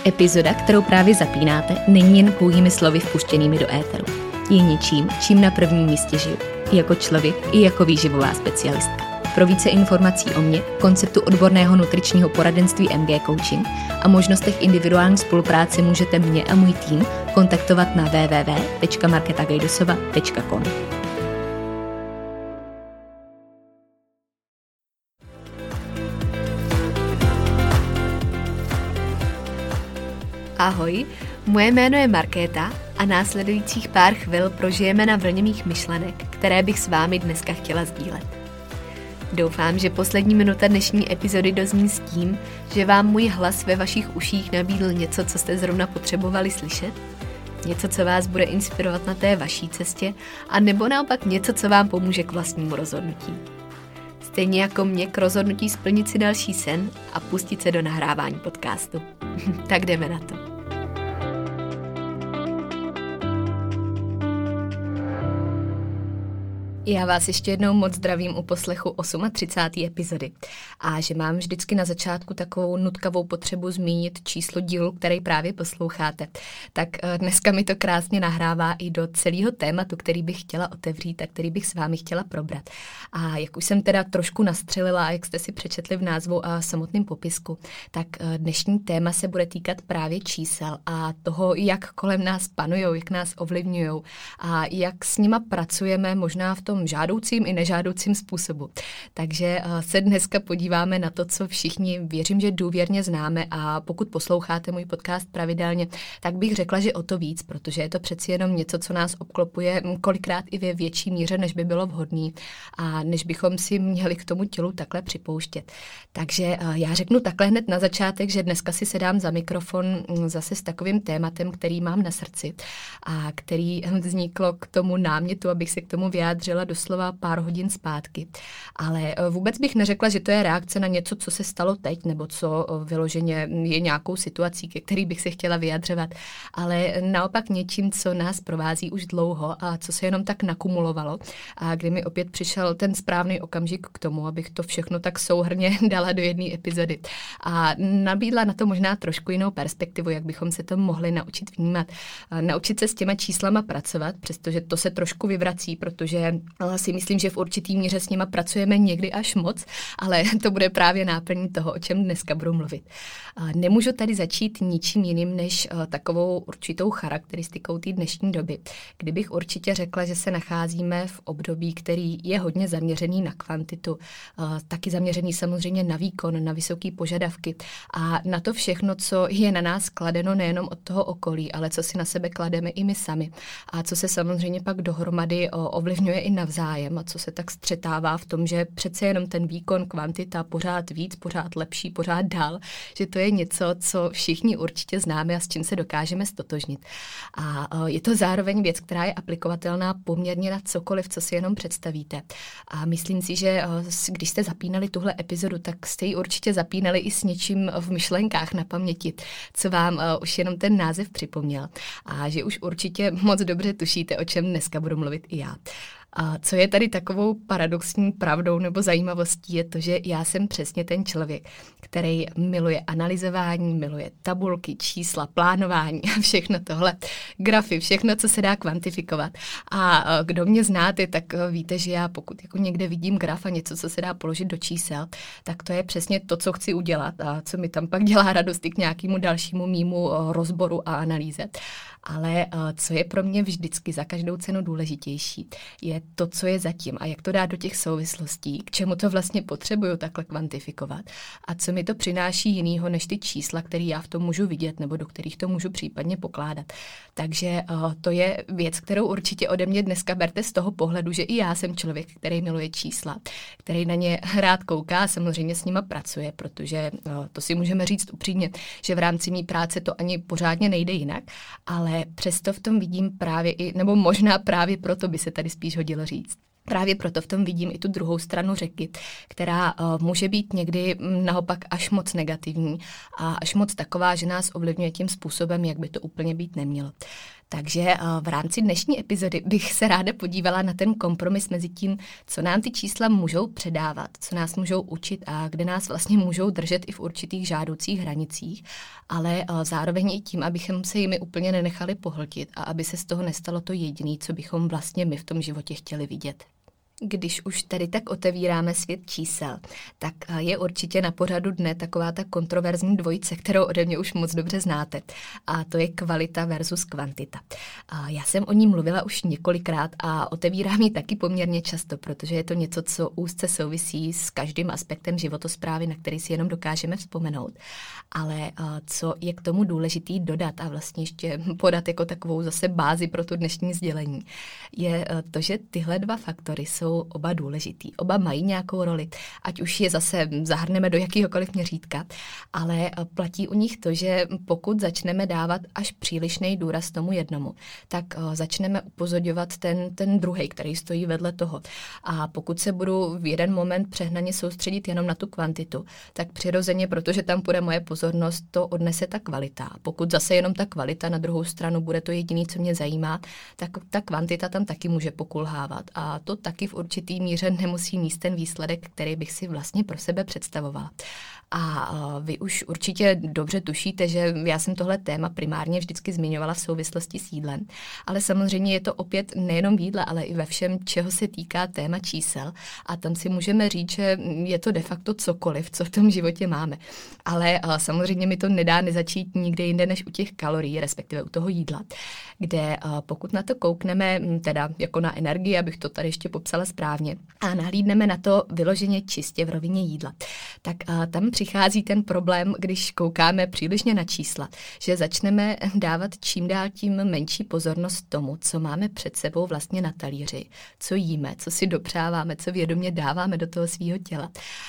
Epizoda, kterou právě zapínáte, není jen pouhými slovy vpuštěnými do éteru. Je něčím, čím na prvním místě žiju. I jako člověk, i jako výživová specialistka. Pro více informací o mně, konceptu odborného nutričního poradenství MG Coaching a možnostech individuální spolupráce můžete mě a můj tým kontaktovat na www.marketagajdosova.com. Ahoj, moje jméno je Markéta a následujících pár chvil prožijeme na vlně mých myšlenek, které bych s vámi dneska chtěla sdílet. Doufám, že poslední minuta dnešní epizody dozní s tím, že vám můj hlas ve vašich uších nabídl něco, co jste zrovna potřebovali slyšet, něco, co vás bude inspirovat na té vaší cestě, a nebo naopak něco, co vám pomůže k vlastnímu rozhodnutí. Stejně jako mě k rozhodnutí splnit si další sen a pustit se do nahrávání podcastu. Tak jdeme na to. Já vás ještě jednou moc zdravím u poslechu 38. epizody. A že mám vždycky na začátku takovou nutkavou potřebu zmínit číslo dílu, který právě posloucháte. Tak dneska mi to krásně nahrává i do celého tématu, který bych chtěla otevřít a který bych s vámi chtěla probrat. A jak už jsem teda trošku nastřelila, a jak jste si přečetli v názvu a samotném popisku, tak dnešní téma se bude týkat právě čísel a toho, jak kolem nás panujou, jak nás ovlivňujou a jak s nima pracujeme možná v tom žádoucím i nežádoucím způsobu. Takže se dneska podíváme na to, co všichni, věřím, že důvěrně známe, a pokud posloucháte můj podcast pravidelně, tak bych řekla, že o to víc, protože je to přeci jenom něco, co nás obklopuje kolikrát i ve větší míře, než by bylo vhodný a než bychom si měli k tomu tělu takhle připouštět. Takže já řeknu takhle hned na začátek, že dneska si sedám za mikrofon zase s takovým tématem, který mám na srdci a který vzniklo k tomu námětu, abych se k tomu vyjádřila doslova pár hodin zpátky. Ale vůbec bych neřekla, že to je reakce na něco, co se stalo teď, nebo co vyloženě je nějakou situací, ke který bych se chtěla vyjadřovat, ale naopak něčím, co nás provází už dlouho a co se jenom tak nakumulovalo a kdy mi opět přišel ten správný okamžik k tomu, abych to všechno tak souhrnně dala do jedné epizody. A nabídla na to možná trošku jinou perspektivu, jak bychom se to mohli naučit vnímat. Naučit se s těma číslama pracovat, přestože to se trošku vyvrací, protože si myslím, že v určitý míře s nima pracujeme někdy až moc, ale to bude právě náplní toho, o čem dneska budu mluvit. Nemůžu tady začít ničím jiným než takovou určitou charakteristikou té dnešní doby, kdybych určitě řekla, že se nacházíme v období, který je hodně zaměřený na kvantitu, taky zaměřený samozřejmě na výkon, na vysoké požadavky a na to všechno, co je na nás kladeno nejenom od toho okolí, ale co si na sebe klademe i my sami a co se samozřejmě pak dohromady ovlivňuje i navzájem a co se tak střetává v tom, že přece jenom ten výkon, kvantita, pořád víc, pořád lepší, pořád dál, že to je něco, co všichni určitě známe a s čím se dokážeme stotožnit. A je to zároveň věc, která je aplikovatelná poměrně na cokoliv, co si jenom představíte. A myslím si, že když jste zapínali tuhle epizodu, tak jste ji určitě zapínali i s něčím v myšlenkách na paměti, co vám už jenom ten název připomněl. A že už určitě moc dobře tušíte, o čem dneska budu mluvit i já. A co je tady takovou paradoxní pravdou nebo zajímavostí, je to, že já jsem přesně ten člověk, který miluje analyzování, miluje tabulky, čísla, plánování a všechno tohle, grafy, všechno, co se dá kvantifikovat. A kdo mě znáte, tak víte, že já pokud jako někde vidím graf a něco, co se dá položit do čísel, tak to je přesně to, co chci udělat a co mi tam pak dělá radost i k nějakému dalšímu mýmu rozboru a analýze. Ale co je pro mě vždycky za každou cenu důležitější, je to, co je zatím a jak to dát do těch souvislostí, k čemu to vlastně potřebuju takhle kvantifikovat a co mi to přináší jinýho než ty čísla, které já v tom můžu vidět nebo do kterých to můžu případně pokládat. Takže to je věc, kterou určitě ode mě dneska berte z toho pohledu, že i já jsem člověk, který miluje čísla, který na ně rád kouká a samozřejmě s nima pracuje, protože to si můžeme říct upřímně, že v rámci mý práce to ani pořádně nejde jinak, ale přesto v tom vidím právě i, nebo možná právě proto by se tady spíš hodilo říct. Právě proto v tom vidím i tu druhou stranu řeky, která může být někdy naopak až moc negativní a až moc taková, že nás ovlivňuje tím způsobem, jak by to úplně být nemělo. Takže v rámci dnešní epizody bych se ráda podívala na ten kompromis mezi tím, co nám ty čísla můžou předávat, co nás můžou učit a kde nás vlastně můžou držet i v určitých žádoucích hranicích, ale zároveň i tím, abychom se jimi úplně nenechali pohltit a aby se z toho nestalo to jediné, co bychom vlastně my v tom životě chtěli vidět. Když už tady tak otevíráme svět čísel, tak je určitě na pořadu dne taková ta kontroverzní dvojice, kterou ode mě už moc dobře znáte. A to je kvalita versus kvantita. Já jsem o ní mluvila už několikrát a otevírám ji taky poměrně často, protože je to něco, co úzce souvisí s každým aspektem životosprávy, na který si jenom dokážeme vzpomenout. Ale co je k tomu důležitý dodat a vlastně ještě podat jako takovou zase bázi pro tu dnešní sdělení, je to, že tyhle dva faktory jsou oba důležitý. Oba mají nějakou roli, ať už je zase zahrneme do jakýhokoliv měřítka, ale platí u nich to, že pokud začneme dávat až přílišný důraz tomu jednomu, tak začneme upozorňovat ten druhej, který stojí vedle toho. A pokud se budu v jeden moment přehnaně soustředit jenom na tu kvantitu, tak přirozeně, protože tam půjde moje pozornost, to odnese ta kvalita. Pokud zase jenom ta kvalita na druhou stranu bude to jediné, co mě zajímá, tak ta kvantita tam taky může pokulhávat. A to taky v určitý míře nemusí mít ten výsledek, který bych si vlastně pro sebe představovala. A vy už určitě dobře tušíte, že já jsem tohle téma primárně vždycky zmiňovala v souvislosti s jídlem, ale samozřejmě je to opět nejenom v jídle, ale i ve všem, čeho se týká téma čísel. A tam si můžeme říct, že je to de facto cokoliv, co v tom životě máme. Ale samozřejmě mi to nedá nezačít nikde jinde než u těch kalorií, respektive u toho jídla, kde pokud na to koukneme, teda jako na energii, abych to tady ještě popsala správně, a nahlídneme na to vyloženě čistě v rovině jídla, tak tam přichází ten problém, když koukáme přílišně na čísla, že začneme dávat čím dál tím menší pozornost tomu, co máme před sebou vlastně na talíři, co jíme, co si dopřáváme, co vědomě dáváme do toho svého těla.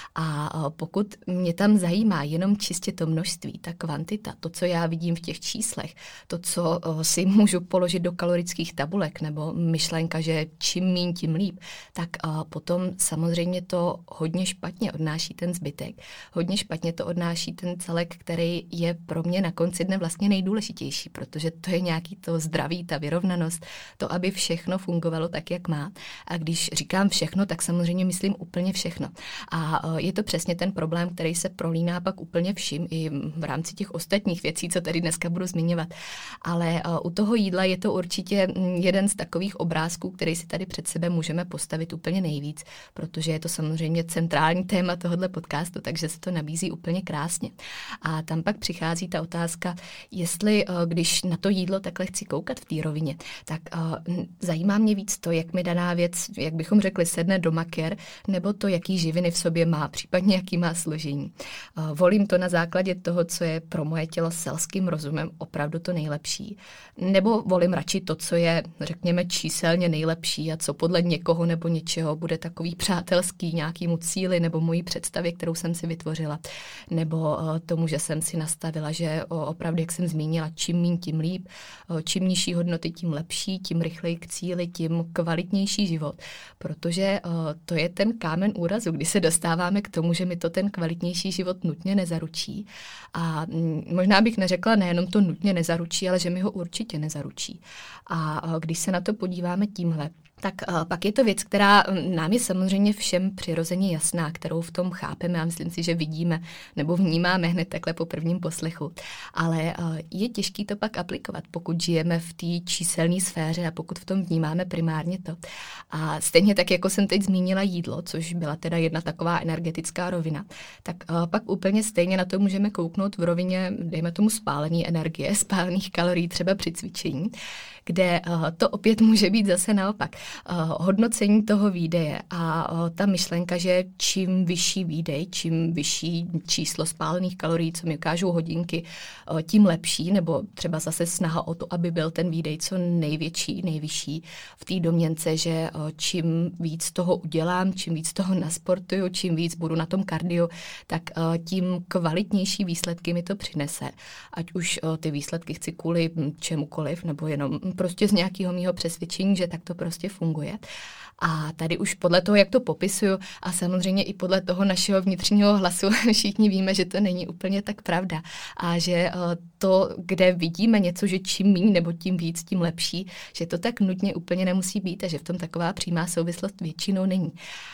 A pokud mě tam zajímá jenom čistě to množství, ta kvantita, to, co já vidím v těch číslech, to, co si můžu položit do kalorických tabulek, nebo myšlenka, že čím míň, tím líp, tak potom samozřejmě to hodně špatně odnáší ten zbytek. Hodně špatně to odnáší ten celek, který je pro mě na konci dne vlastně nejdůležitější, protože to je nějaký to zdraví, ta vyrovnanost, to, aby všechno fungovalo tak, jak má. A když říkám všechno, tak samozřejmě myslím úplně všechno. A je to přesně ten problém, který se prolíná pak úplně vším i v rámci těch ostatních věcí, co tady dneska budu zmiňovat. Ale u toho jídla je to určitě jeden z takových obrázků, který si tady před sebe můžeme postavit úplně nejvíc, protože je to samozřejmě centrální téma tohohle podcastu, takže se to nabízí úplně krásně. A tam pak přichází ta otázka, jestli když na to jídlo takhle chci koukat v té rovině, tak zajímá mě víc to, jak mi daná věc, jak bychom řekli, sedne do makér, nebo to, jaký živiny v sobě má, případně jaký má složení. Volím to na základě toho, co je pro moje tělo selským rozumem opravdu to nejlepší. Nebo volím radši to, co je, řekněme, číselně nejlepší a co podle někoho nebo něčeho bude takový přátelský nějakému cíli nebo mojí představě, kterou jsem si vytvořila. Nebo tomu, že jsem si nastavila, že opravdu, jak jsem zmínila, čím míň, tím líp, čím nižší hodnoty, tím lepší, tím rychleji k cíli, tím kvalitnější život. Protože to je ten kámen úrazu, kdy se dostáváme k tomu, že mi to ten kvalitnější život nutně nezaručí. A možná bych neřekla nejenom to nutně nezaručí, ale že mi ho určitě nezaručí. A když se na to podíváme tímhle, tak pak je to věc, která nám je samozřejmě všem přirozeně jasná, kterou v tom chápeme a myslím si, že vidíme nebo vnímáme hned takhle po prvním poslechu. Ale je těžký to pak aplikovat, pokud žijeme v té číselné sféře a pokud v tom vnímáme primárně to. A stejně tak, jako jsem teď zmínila jídlo, což byla teda jedna taková energetická rovina, tak pak úplně stejně na to můžeme kouknout v rovině, dejme tomu, spálení energie, spálených kalorií třeba při cvičení, kde to opět může být zase naopak. Hodnocení toho výdeje a ta myšlenka, že čím vyšší výdej, čím vyšší číslo spálených kalorií, co mi ukážou hodinky, tím lepší, nebo třeba zase snaha o to, aby byl ten výdej co největší, nejvyšší v té domněnce, že čím víc toho udělám, čím víc toho nasportuju, čím víc budu na tom kardio, tak tím kvalitnější výsledky mi to přinese. Ať už ty výsledky chci kvůli čemukoliv, nebo jenom prostě z nějakého mýho přesvědčení, že tak to prostě funguje. A tady už podle toho, jak to popisuju a samozřejmě i podle toho našeho vnitřního hlasu všichni víme, že to není úplně tak pravda a že to, kde vidíme něco, že čím méně nebo tím víc, tím lepší, že to tak nutně úplně nemusí být a že v tom taková přímá souvislost většinou není.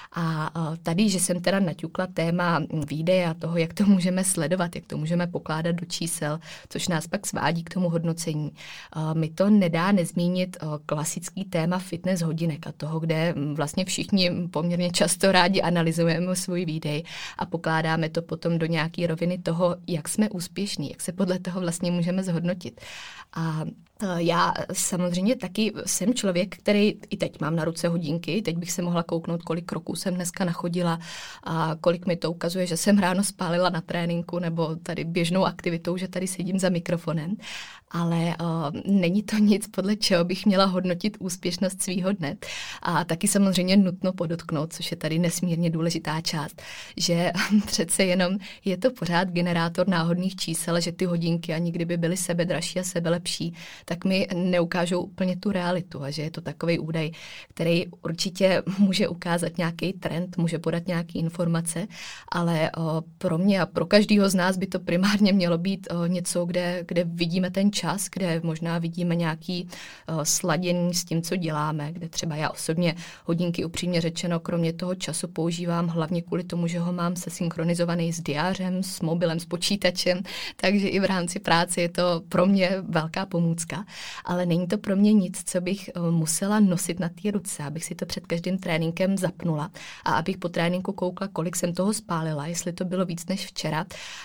A tady, že jsem teda naťukla téma výdeje a toho, jak to můžeme sledovat, jak to můžeme pokládat do čísel, což nás pak svádí k tomu hodnocení. Mi to nedá nezmínit klasický téma fitness hodinek a toho, kde vlastně všichni poměrně často rádi analyzujeme svůj výdej a pokládáme to potom do nějaké roviny toho, jak jsme úspěšní, jak se podle toho vlastně můžeme zhodnotit. A já samozřejmě taky jsem člověk, který i teď mám na ruce hodinky, teď bych se mohla kouknout, kolik kroků jsem dneska nachodila a kolik mi to ukazuje, že jsem ráno spálila na tréninku nebo tady běžnou aktivitou, že tady sedím za mikrofonem, ale není to nic, podle čeho bych měla hodnotit úspěšnost svýho dne. A taky samozřejmě nutno podotknout, což je tady nesmírně důležitá část, že přece jenom je to pořád generátor náhodných čísel, že ty hodinky ani kdyby byly sebedražší a sebelepší, tak mi neukážou úplně tu realitu a že je to takový údaj, který určitě může ukázat nějaký trend, může podat nějaké informace, ale pro mě a pro každého z nás by to primárně mělo být něco, kde vidíme ten čas, kde možná vidíme nějaký sladění s tím, co děláme, kde třeba já osobně hodinky upřímně řečeno, kromě toho času používám hlavně kvůli tomu, že ho mám sesynchronizovaný s diářem, s mobilem, s počítačem, takže i v rámci práce je to pro mě velká pomůcka, ale není to pro mě nic, co bych musela nosit na té ruce, abych si to před každým tréninkem zapnula a abych po tréninku koukla, kolik jsem toho spálila, jestli to bylo víc než včera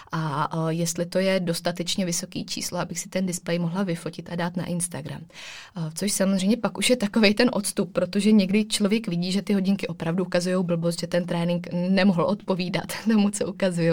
a jestli to je dostatečně vysoký číslo, abych si ten displej mohla vyfotit a dát na Instagram. Což samozřejmě pak už je takovej ten odstup, protože někdy člověk vidí, že ty hodinky opravdu ukazují blbost, že ten trénink nemohl odpovídat tomu, co ukazují.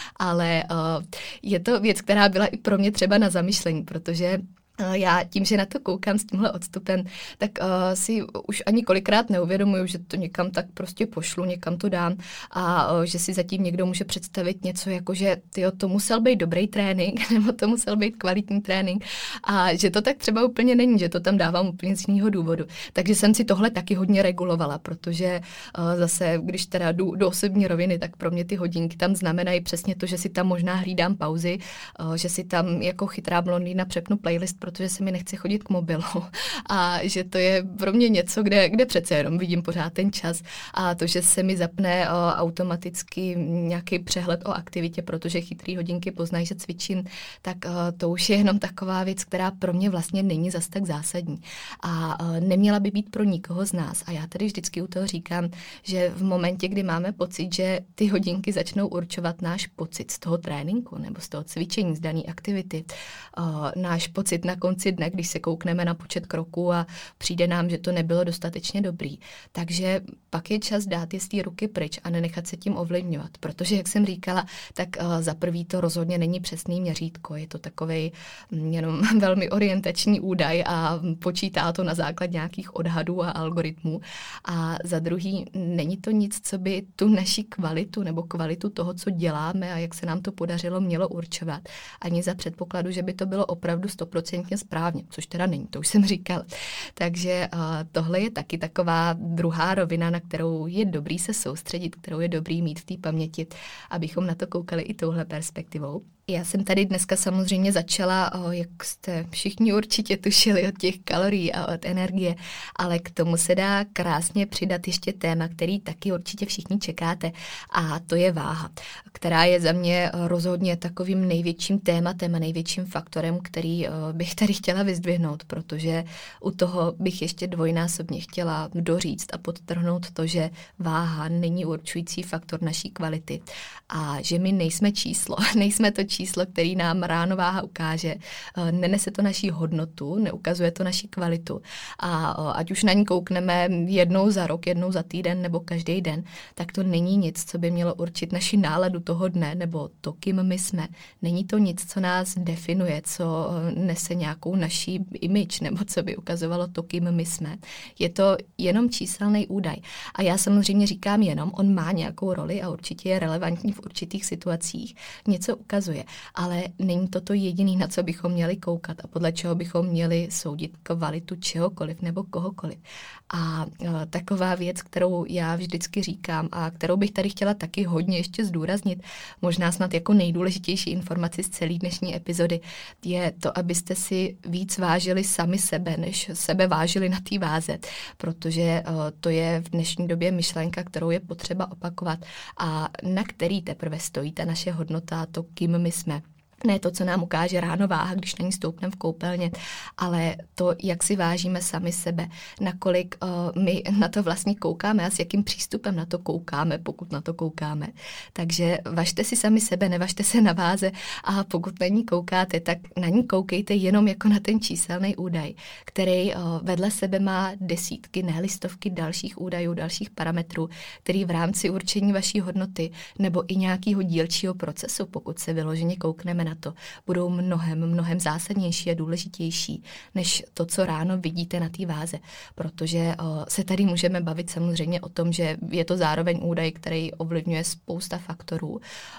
Ale je to věc, která byla i pro mě třeba na zamyšlení, protože já tím, že na to koukám s tímhle odstupem, tak si už ani kolikrát neuvědomuju, že to někam tak prostě pošlu, někam to dám a že si zatím někdo může představit něco jako, že to musel být dobrý trénink nebo to musel být kvalitní trénink a že to tak třeba úplně není, že to tam dávám úplně z jiného důvodu. Takže jsem si tohle taky hodně regulovala, protože zase, když teda jdu do osobní roviny, tak pro mě ty hodinky tam znamenají přesně to, že si tam možná hlídám pauzy, že si tam jako chytrá blondýna přepnu playlist, protože se mi nechce chodit k mobilu a že to je pro mě něco, kde přece jenom vidím pořád ten čas a to, že se mi zapne automaticky nějaký přehled o aktivitě, protože chytrý hodinky poznají, že cvičím, tak to už je jenom taková věc, která pro mě vlastně není zas tak zásadní a neměla by být pro nikoho z nás. A já tady vždycky u toho říkám, že v momentě, kdy máme pocit, že ty hodinky začnou určovat náš pocit z toho tréninku nebo z toho cvičení, z dané aktivity, náš pocit na konci dne, když se koukneme na počet kroků a přijde nám, že to nebylo dostatečně dobrý. Takže pak je čas dát je z té ruky pryč a nenechat se tím ovlivňovat. Protože, jak jsem říkala, tak za prvý to rozhodně není přesný měřítko. Je to takovej jenom velmi orientační údaj a počítá to na základě nějakých odhadů a algoritmů. A za druhý není to nic, co by tu naši kvalitu nebo kvalitu toho, co děláme a jak se nám to podařilo, mělo určovat. Ani za předpokladu, že by to bylo opravdu 100% správně, což teda není, to už jsem říkala. Takže tohle je taky taková druhá rovina, na kterou je dobrý se soustředit, kterou je dobrý mít v té paměti, abychom na to koukali i touhle perspektivou. Já jsem tady dneska samozřejmě začala, jak jste všichni určitě tušili, od těch kalorií a od energie, ale k tomu se dá krásně přidat ještě téma, který taky určitě všichni čekáte, a to je váha, která je za mě rozhodně takovým největším tématem a největším faktorem, který bych tady chtěla vyzdvihnout, protože u toho bych ještě dvojnásobně chtěla doříct a podtrhnout to, že váha není určující faktor naší kvality a že my nejsme číslo, nejsme to číslo, který nám ráno váha ukáže, nenese to naší hodnotu, neukazuje to naši kvalitu a ať už na ní koukneme jednou za rok, jednou za týden nebo každý den, tak to není nic, co by mělo určit naši náladu toho dne nebo to, kým my jsme. Není to nic, co nás definuje, co nese nějakou naší image nebo co by ukazovalo to, kým my jsme. Je to jenom číselný údaj. A já samozřejmě říkám jenom, on má nějakou roli a určitě je relevantní v určitých situacích. Něco ukazuje. funguje. Ale není to jediné, na co bychom měli koukat a podle čeho bychom měli soudit kvalitu čehokoliv nebo kohokoliv. A taková věc, kterou já vždycky říkám a kterou bych tady chtěla taky hodně ještě zdůraznit, možná snad jako nejdůležitější informaci z celé dnešní epizody, je to, abyste si víc vážili sami sebe, než sebe vážili na té váze, protože to je v dnešní době myšlenka, kterou je potřeba opakovat a na který teprve stojí ta naše hodnota, to, kým my jsme. Ne to, co nám ukáže ráno váha, když na ní stoupneme v koupelně, ale to, jak si vážíme sami sebe, nakolik my na to vlastně koukáme a s jakým přístupem na to koukáme, pokud na to koukáme. Takže važte si sami sebe, nevažte se na váze a pokud na ní koukáte, tak na ní koukejte jenom jako na ten číselný údaj, který vedle sebe má desítky, ne stovky dalších údajů, dalších parametrů, který v rámci určení vaší hodnoty nebo i nějakého dílčího procesu, pokud se vyloženě koukneme na to, budou mnohem zásadnější a důležitější, než to, co ráno vidíte na té váze. Protože se tady můžeme bavit samozřejmě o tom, že je to zároveň údaj, který ovlivňuje spousta faktorů.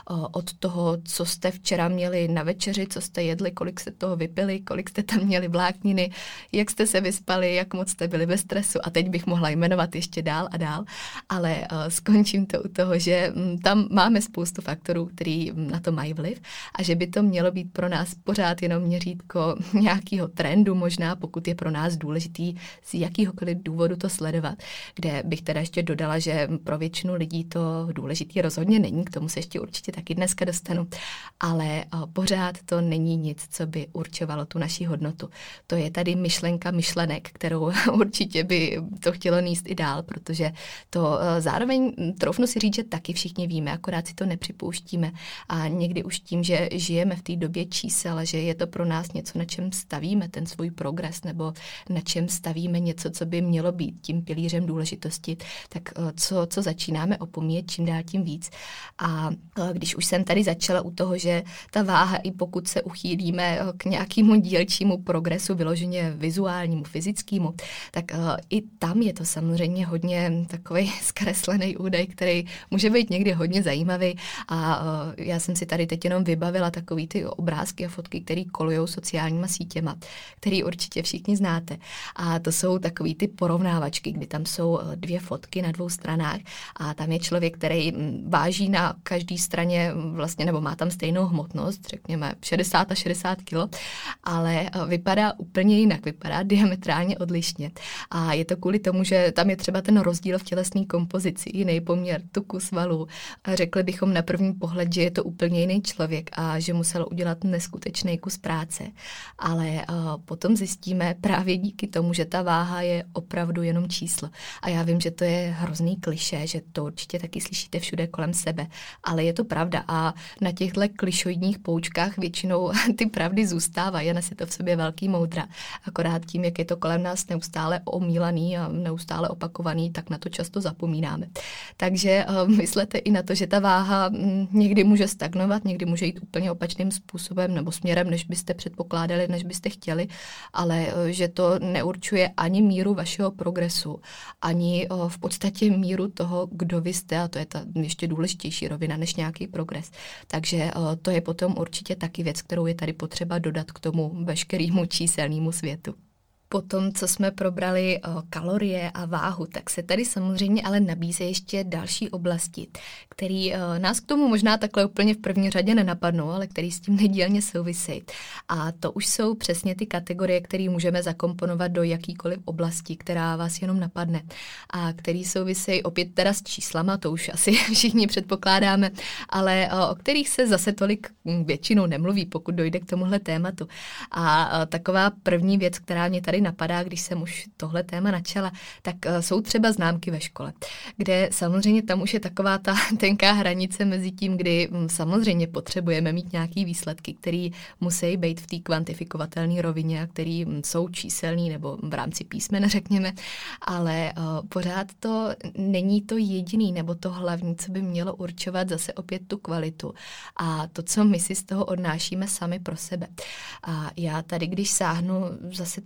Od toho, co jste včera měli na večeři, co jste jedli, kolik jste toho vypili, kolik jste tam měli vlákniny, jak jste se vyspali, jak moc jste byli ve stresu. A teď bych mohla jmenovat ještě dál a dál, ale skončím to u toho, že tam máme spoustu faktorů, který na to mají vliv a že by to mělo být pro nás pořád jenom měřítko nějakého trendu, možná pokud je pro nás důležitý z jakýhokoliv důvodu to sledovat, kde bych teda ještě dodala, že pro většinu lidí to důležitý rozhodně není, k tomu se ještě určitě taky dneska dostanu, ale pořád to není nic, co by určovalo tu naši hodnotu. To je tady myšlenka myšlenek, kterou určitě by to chtělo nést i dál, protože to zároveň troufnu si říct, že taky všichni víme, akorát si to nepřipouštíme a někdy už tím, že žijeme v té době čísel, že je to pro nás něco, na čem stavíme ten svůj progres nebo na čem stavíme něco, co by mělo být tím pilířem důležitosti, tak co začínáme opomíjet čím dál tím víc. A když už jsem tady začala u toho, že ta váha, i pokud se uchýlíme k nějakému dílčímu progresu, vyloženě vizuálnímu, fyzickému, tak i tam je to samozřejmě hodně takový zkreslený údaj, který může být někdy hodně zajímavý a já jsem si tady teď jenom vybavila takový ty obrázky a fotky, které kolujou sociálníma sítěma, který určitě všichni znáte. A to jsou takový ty porovnávačky, kdy tam jsou dvě fotky na dvou stranách a tam je člověk, který váží na každé straně vlastně, nebo má tam stejnou hmotnost, řekněme 60 a 60 kilo, ale vypadá úplně jinak, vypadá diametrálně odlišně. A je to kvůli tomu, že tam je třeba ten rozdíl v tělesné kompozici, jiný poměr tuku, svalů. Řekli bychom na první pohled, že je to úplně jiný člověk a že musel udělat neskutečný kus práce. Ale potom zjistíme právě díky tomu, že ta váha je opravdu jenom číslo. A já vím, že to je hrozný klišé, že to určitě taky slyšíte všude kolem sebe, ale je to pravda a na těchto klišoidních poučkách většinou ty pravdy zůstávají a nese to v sobě velký moudra. Akorát tím, jak je to kolem nás neustále omílaný a neustále opakovaný, tak na to často zapomínáme. Takže myslete i na to, že ta váha někdy může stagnovat, někdy může jít úplně opačným způsobem nebo směrem, než byste předpokládali, než byste chtěli, ale že to neurčuje ani míru vašeho progresu, ani v podstatě míru toho, kdo vy jste, a to je ta ještě důležitější rovina než nějaký progres. Takže to je potom určitě taky věc, kterou je tady potřeba dodat k tomu veškerému číselnému světu. Po tom, co jsme probrali kalorie a váhu, tak se tady samozřejmě ale nabízí ještě další oblasti, které nás k tomu možná takhle úplně v první řadě nenapadnou, ale které s tím nedílně souvisejí. A to už jsou přesně ty kategorie, které můžeme zakomponovat do jakýkoliv oblasti, která vás jenom napadne. A které souvisejí opět teda s číslama, to už asi všichni předpokládáme, ale o kterých se zase tolik většinou nemluví, pokud dojde k tomuhle tématu. A taková první věc, která mě tady napadá, když jsem už tohle téma načala, tak jsou třeba známky ve škole, kde samozřejmě tam už je taková ta tenká hranice mezi tím, kdy samozřejmě potřebujeme mít nějaký výsledky, které musí být v té kvantifikovatelné rovině a které jsou číselný nebo v rámci písmene, řekněme, ale pořád to není to jediný nebo to hlavní, co by mělo určovat zase opět tu kvalitu a to, co my si z toho odnášíme sami pro sebe. A já tady, když sáhnu zase třeba i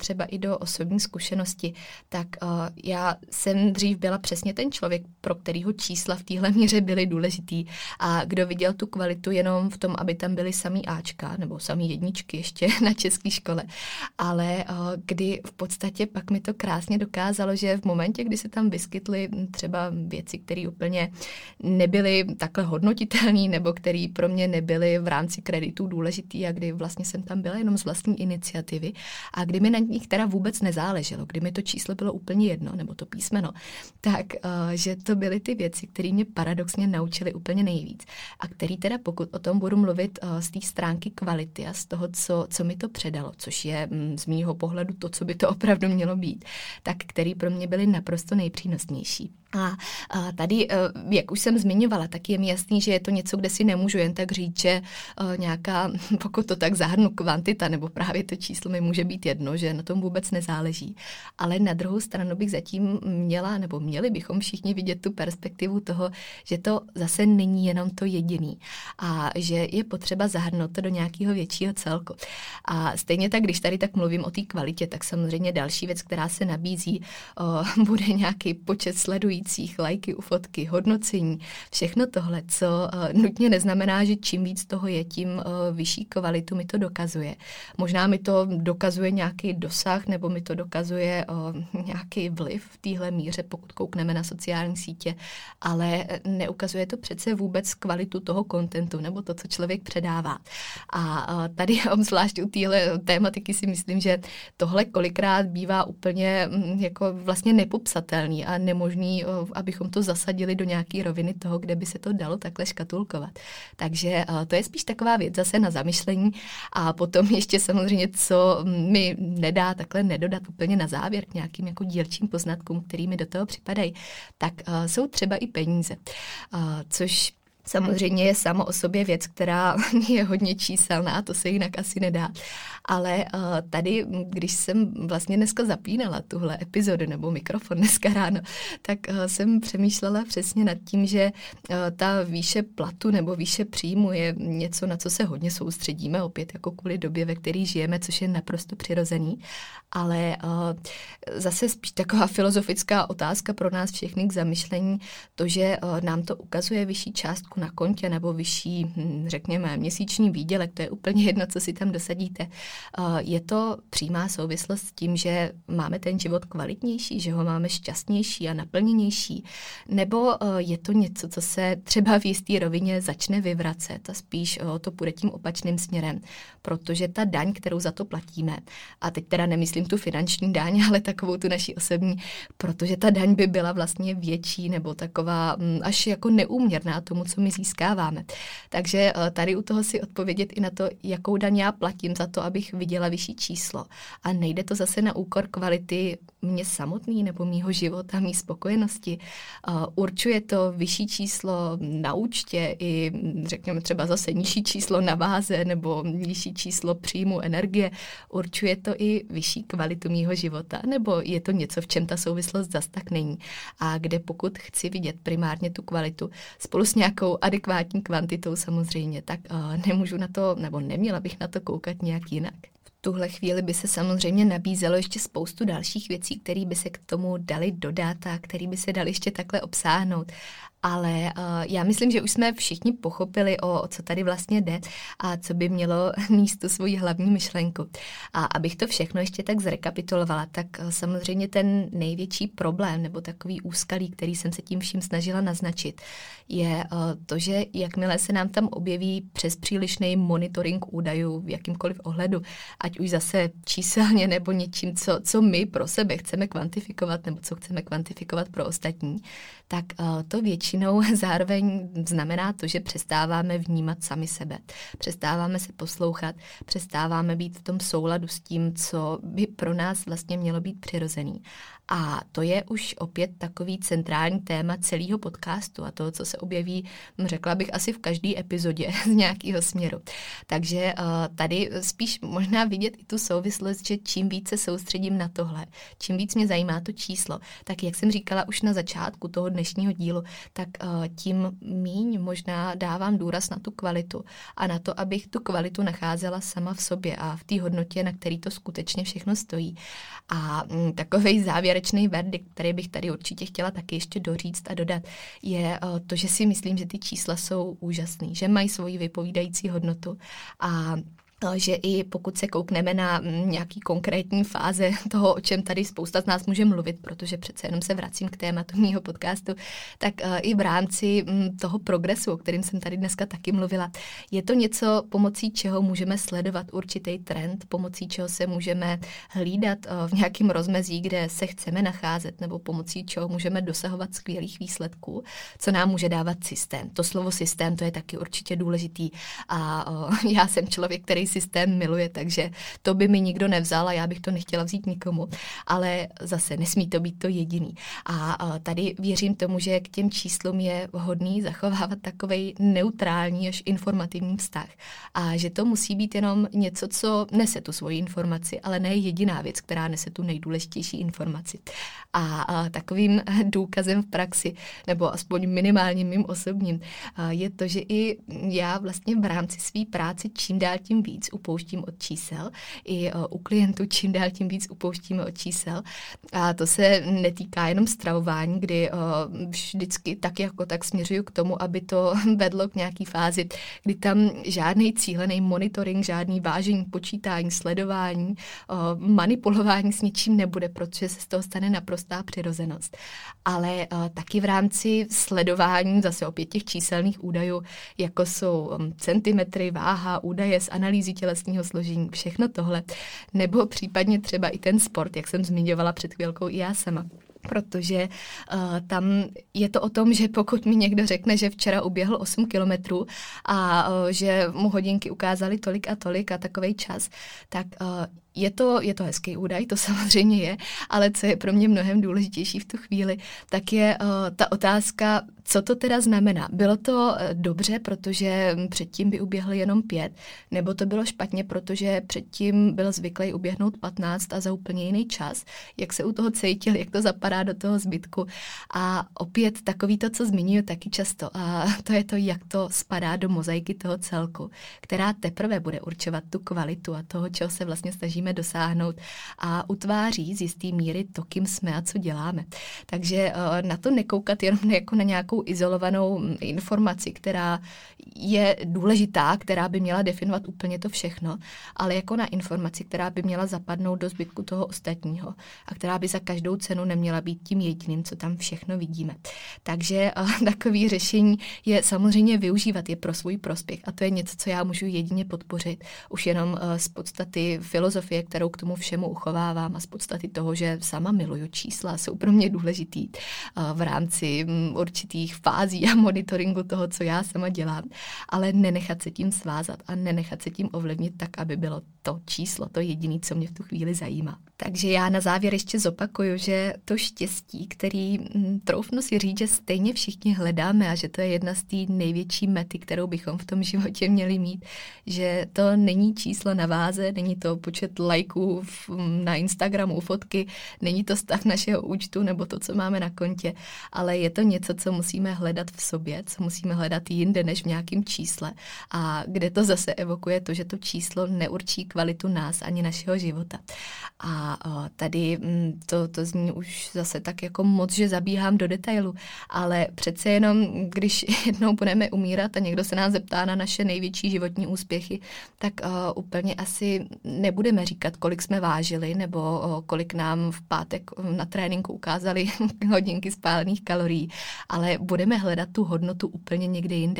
do osobní zkušenosti, tak já jsem dřív byla přesně ten člověk, pro kterýho čísla v téhle míře byly důležitý a kdo viděl tu kvalitu jenom v tom, aby tam byly samý Ačka nebo samý jedničky ještě na české škole, ale kdy v podstatě pak mi to krásně dokázalo, že v momentě, kdy se tam vyskytly třeba věci, které úplně nebyly takhle hodnotitelné nebo které pro mě nebyly v rámci kreditů důležitý a kdy vlastně jsem tam byla jenom z vlastní iniciativy a kdy mi na nich teda vůbec nezáleželo, kdy mi to číslo bylo úplně jedno, nebo to písmeno, tak že to byly ty věci, které mě paradoxně naučily úplně nejvíc a který teda pokud o tom budu mluvit z té stránky kvality a z toho, co mi to předalo, což je z mýho pohledu to, co by to opravdu mělo být, tak který pro mě byly naprosto nejpřínosnější. A tady, jak už jsem zmiňovala, tak je mi jasný, že je to něco, kde si nemůžu jen tak říct, že nějaká, pokud to tak zahrnu, kvantita nebo právě to číslo mi může být jedno, že na tom vůbec nezáleží. Ale na druhou stranu bych zatím měla, nebo měli bychom všichni vidět tu perspektivu toho, že to zase není jenom to jediný a že je potřeba zahrnout to do nějakého většího celku. A stejně tak, když tady tak mluvím o té kvalitě, tak samozřejmě další věc, která se nabízí, bude nějaký počet sledujících, lajky u fotky, hodnocení, všechno tohle, co nutně neznamená, že čím víc toho je, tím vyšší kvalitu mi to dokazuje. Možná mi to dokazuje nějaký dosah, nebo mi to dokazuje nějaký vliv v téhle míře, pokud koukneme na sociální sítě, ale neukazuje to přece vůbec kvalitu toho kontentu, nebo to, co člověk předává. A tady obzvlášť u téhle tématiky si myslím, že tohle kolikrát bývá úplně jako vlastně nepopsatelný a nemožný, abychom to zasadili do nějaké roviny toho, kde by se to dalo takhle škatulkovat. Takže to je spíš taková věc zase na zamyšlení a potom ještě samozřejmě, co mi nedá takhle nedodat úplně na závěr k nějakým jako dílčím poznatkům, který mi do toho připadají, tak jsou třeba i peníze, což samozřejmě je samo o sobě věc, která je hodně číselná, to se jinak asi nedá. Ale tady, když jsem vlastně dneska zapínala tuhle epizodu nebo mikrofon dneska ráno, tak jsem přemýšlela přesně nad tím, že ta výše platu nebo výše příjmu je něco, na co se hodně soustředíme, opět jako kvůli době, ve které žijeme, což je naprosto přirozený. Ale zase spíš taková filozofická otázka pro nás všechny k zamyšlení, to, že nám to ukazuje vyšší částku na kontě nebo vyšší, řekněme, měsíční výdělek, to je úplně jedno, co si tam dosadíte. Je to přímá souvislost s tím, že máme ten život kvalitnější, že ho máme šťastnější a naplněnější, nebo je to něco, co se třeba v jisté rovině začne vyvracet a spíš to půjde tím opačným směrem, protože ta daň, kterou za to platíme, a teď teda nemyslím tu finanční daň, ale takovou tu naši osobní, protože ta daň by byla vlastně větší nebo taková až jako neúměrná tomu, co my získáváme. Takže tady u toho si odpovědět i na to, jakou daň já platím za to, abych viděla vyšší číslo. A nejde to zase na úkor kvality mě samotný nebo mýho života, mý spokojenosti. Určuje to vyšší číslo na účtě i řekněme třeba zase nižší číslo na váze nebo nižší číslo příjmu energie. Určuje to i vyšší kvalitu mýho života, nebo je to něco, v čem ta souvislost zas tak není. A kde pokud chci vidět primárně tu kvalitu spolu s nějakou adekvátní kvantitou samozřejmě, tak nemůžu na to, nebo neměla bych na to koukat nějak jinak. V tuhle chvíli by se samozřejmě nabízelo ještě spoustu dalších věcí, které by se k tomu dali dodat a které by se dali ještě takhle obsáhnout. Ale já myslím, že už jsme všichni pochopili, o co tady vlastně jde a co by mělo mít tu svoji hlavní myšlenku. A abych to všechno ještě tak zrekapitulovala, tak samozřejmě ten největší problém nebo takový úskalí, který jsem se tím vším snažila naznačit, je to, že jakmile se nám tam objeví přes přílišný monitoring údajů v jakýmkoliv ohledu, ať už zase číselně nebo něčím, co my pro sebe chceme kvantifikovat nebo co chceme kvantifikovat pro ostatní, tak to většinou zároveň znamená to, že přestáváme vnímat sami sebe. Přestáváme se poslouchat, přestáváme být v tom souladu s tím, co by pro nás vlastně mělo být přirozený. A to je už opět takový centrální téma celého podcastu a toho, co se objeví, řekla bych, asi v každé epizodě z nějakého směru. Takže tady spíš možná vidět i tu souvislost, že čím víc se soustředím na tohle, čím víc mě zajímá to číslo, tak jak jsem říkala už na začátku toho dnešního dílu, tak tak tím míň možná dávám důraz na tu kvalitu a na to, abych tu kvalitu nacházela sama v sobě a v té hodnotě, na který to skutečně všechno stojí. A takovej závěrečný verdikt, který bych tady určitě chtěla taky ještě doříct a dodat, je to, že si myslím, že ty čísla jsou úžasný, že mají svoji vypovídající hodnotu a že i pokud se koukneme na nějaký konkrétní fáze toho, o čem tady spousta z nás může mluvit, protože přece jenom se vracím k tématu mýho podcastu, tak i v rámci toho progresu, o kterém jsem tady dneska taky mluvila, je to něco, pomocí čeho můžeme sledovat určitý trend, pomocí čeho se můžeme hlídat v nějakém rozmezí, kde se chceme nacházet, nebo pomocí čeho můžeme dosahovat skvělých výsledků, co nám může dávat systém. To slovo systém, to je taky určitě důležitý a já jsem člověk, který systém miluje, takže to by mi nikdo nevzal a já bych to nechtěla vzít nikomu, ale zase nesmí to být to jediný. A tady věřím tomu, že k těm číslům je vhodný zachovávat takovej neutrální až informativní vztah a že to musí být jenom něco, co nese tu svoji informaci, ale ne jediná věc, která nese tu nejdůležitější informaci. A takovým důkazem v praxi, nebo aspoň minimálně mým osobním, je to, že i já vlastně v rámci své práce čím dál tím víc upouštím od čísel. I u klientů čím dál tím víc upouštíme od čísel. A to se netýká jenom stravování, kdy vždycky tak jako tak směřuju k tomu, aby to vedlo k nějaký fázi, kdy tam žádný cílený monitoring, žádný vážení, počítání, sledování, manipulování s ničím nebude, protože se z toho stane naprostá přirozenost. Ale taky v rámci sledování zase opět těch číselných údajů, jako jsou centimetry, váha, údaje z analýzy tělesního složení, všechno tohle, nebo případně třeba i ten sport, jak jsem zmiňovala před chvilkou i já sama. Protože tam je to o tom, že pokud mi někdo řekne, že včera uběhl 8 kilometrů a že mu hodinky ukázaly tolik a takovej čas, tak je to hezký údaj, to samozřejmě je, ale co je pro mě mnohem důležitější v tu chvíli, tak je ta otázka, co to teda znamená. Bylo to dobře, protože předtím by uběhl jenom 5, nebo to bylo špatně, protože předtím byl zvyklý uběhnout 15 a za úplně jiný čas, jak se u toho cítil, jak to zapadá do toho zbytku. A opět takový to, co zmiňuji taky často, a to je to, jak to spadá do mozaiky toho celku, která teprve bude určovat tu kvalitu a toho, čeho se vlastně snažíme dosáhnout a utváří z jistý míry to, kým jsme a co děláme. Takže na to nekoukat jenom jako na nějakou izolovanou informaci, která je důležitá, která by měla definovat úplně to všechno, ale jako na informaci, která by měla zapadnout do zbytku toho ostatního a která by za každou cenu neměla být tím jediným, co tam všechno vidíme. Takže takový řešení je samozřejmě využívat je pro svůj prospěch a to je něco, co já můžu jedině podpořit. Už jenom z podstaty filozofie, kterou k tomu všemu uchovávám a z podstaty toho, že sama miluju čísla, jsou pro mě důležitý v rámci určitých fází a monitoringu toho, co já sama dělám, ale nenechat se tím svázat a nenechat se tím ovlivnit tak, aby bylo to číslo, to jediné, co mě v tu chvíli zajímá. Takže já na závěr ještě zopakuju, že to štěstí, který troufnu si říct, že stejně všichni hledáme a že to je jedna z té největší mety, kterou bychom v tom životě měli mít, že to není číslo na váze, není to počet lajků na Instagramu, fotky, není to stav našeho účtu nebo to, co máme na kontě, ale je to něco, co musíme hledat v sobě, co musíme hledat jinde než v nějakém čísle a kde to zase evokuje to, že to číslo neurčí kvalitu nás ani našeho života. A tady to zní už zase tak jako moc, že zabíhám do detailu, ale přece jenom, když jednou budeme umírat a někdo se nás zeptá na naše největší životní úspěchy, tak úplně asi nebudeme říkat, kolik jsme vážili nebo kolik nám v pátek na tréninku ukázali hodinky spálených kalorií, ale budeme hledat tu hodnotu úplně někde jinde.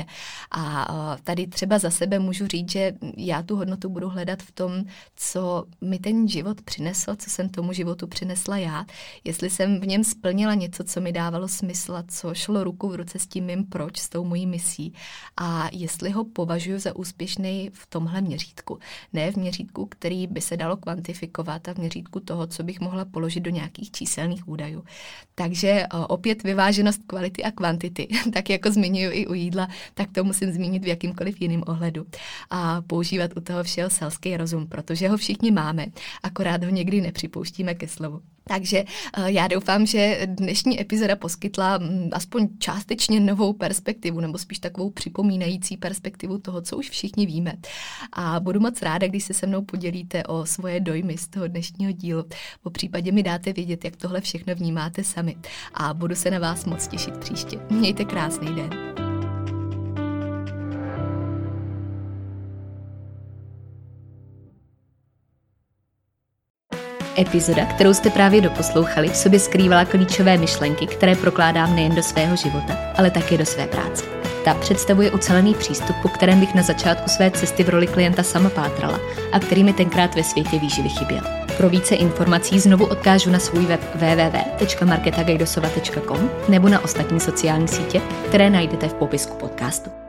A tady třeba za sebe můžu říct, že já tu hodnotu budu hledat v tom, co mi ten život přinesl, co jsem tomu životu přinesla já, jestli jsem v něm splnila něco, co mi dávalo smysl a co šlo ruku v ruce s tím mým proč, s tou mojí misí a jestli ho považuji za úspěšný v tomhle měřítku. Ne v měřítku, který by se dalo kvantifikovat a v měřítku toho, co bych mohla položit do nějakých číselných údajů. Takže opět vyváženost kvality a kvantity, tak jako zmiňuji i u jídla, tak to musím zmínit v jakýmkoliv jiném ohledu. A používat u toho všeho selský rozum, protože ho všichni máme, akorát ho někdy nepřipouštíme ke slovu. Takže já doufám, že dnešní epizoda poskytla aspoň částečně novou perspektivu, nebo spíš takovou připomínající perspektivu toho, co už všichni víme. A budu moc ráda, když se se mnou podělíte o svoje dojmy z toho dnešního dílu. Po případě mi dáte vědět, jak tohle všechno vnímáte sami. A budu se na vás moc těšit příště. Mějte krásný den. Epizoda, kterou jste právě doposlouchali, v sobě skrývala klíčové myšlenky, které prokládám nejen do svého života, ale také do své práce. Ta představuje ucelený přístup, po kterém bych na začátku své cesty v roli klienta sama pátrala a který mi tenkrát ve světě výživy chyběl. Pro více informací znovu odkážu na svůj web www.marketagajdosova.com nebo na ostatní sociální sítě, které najdete v popisku podcastu.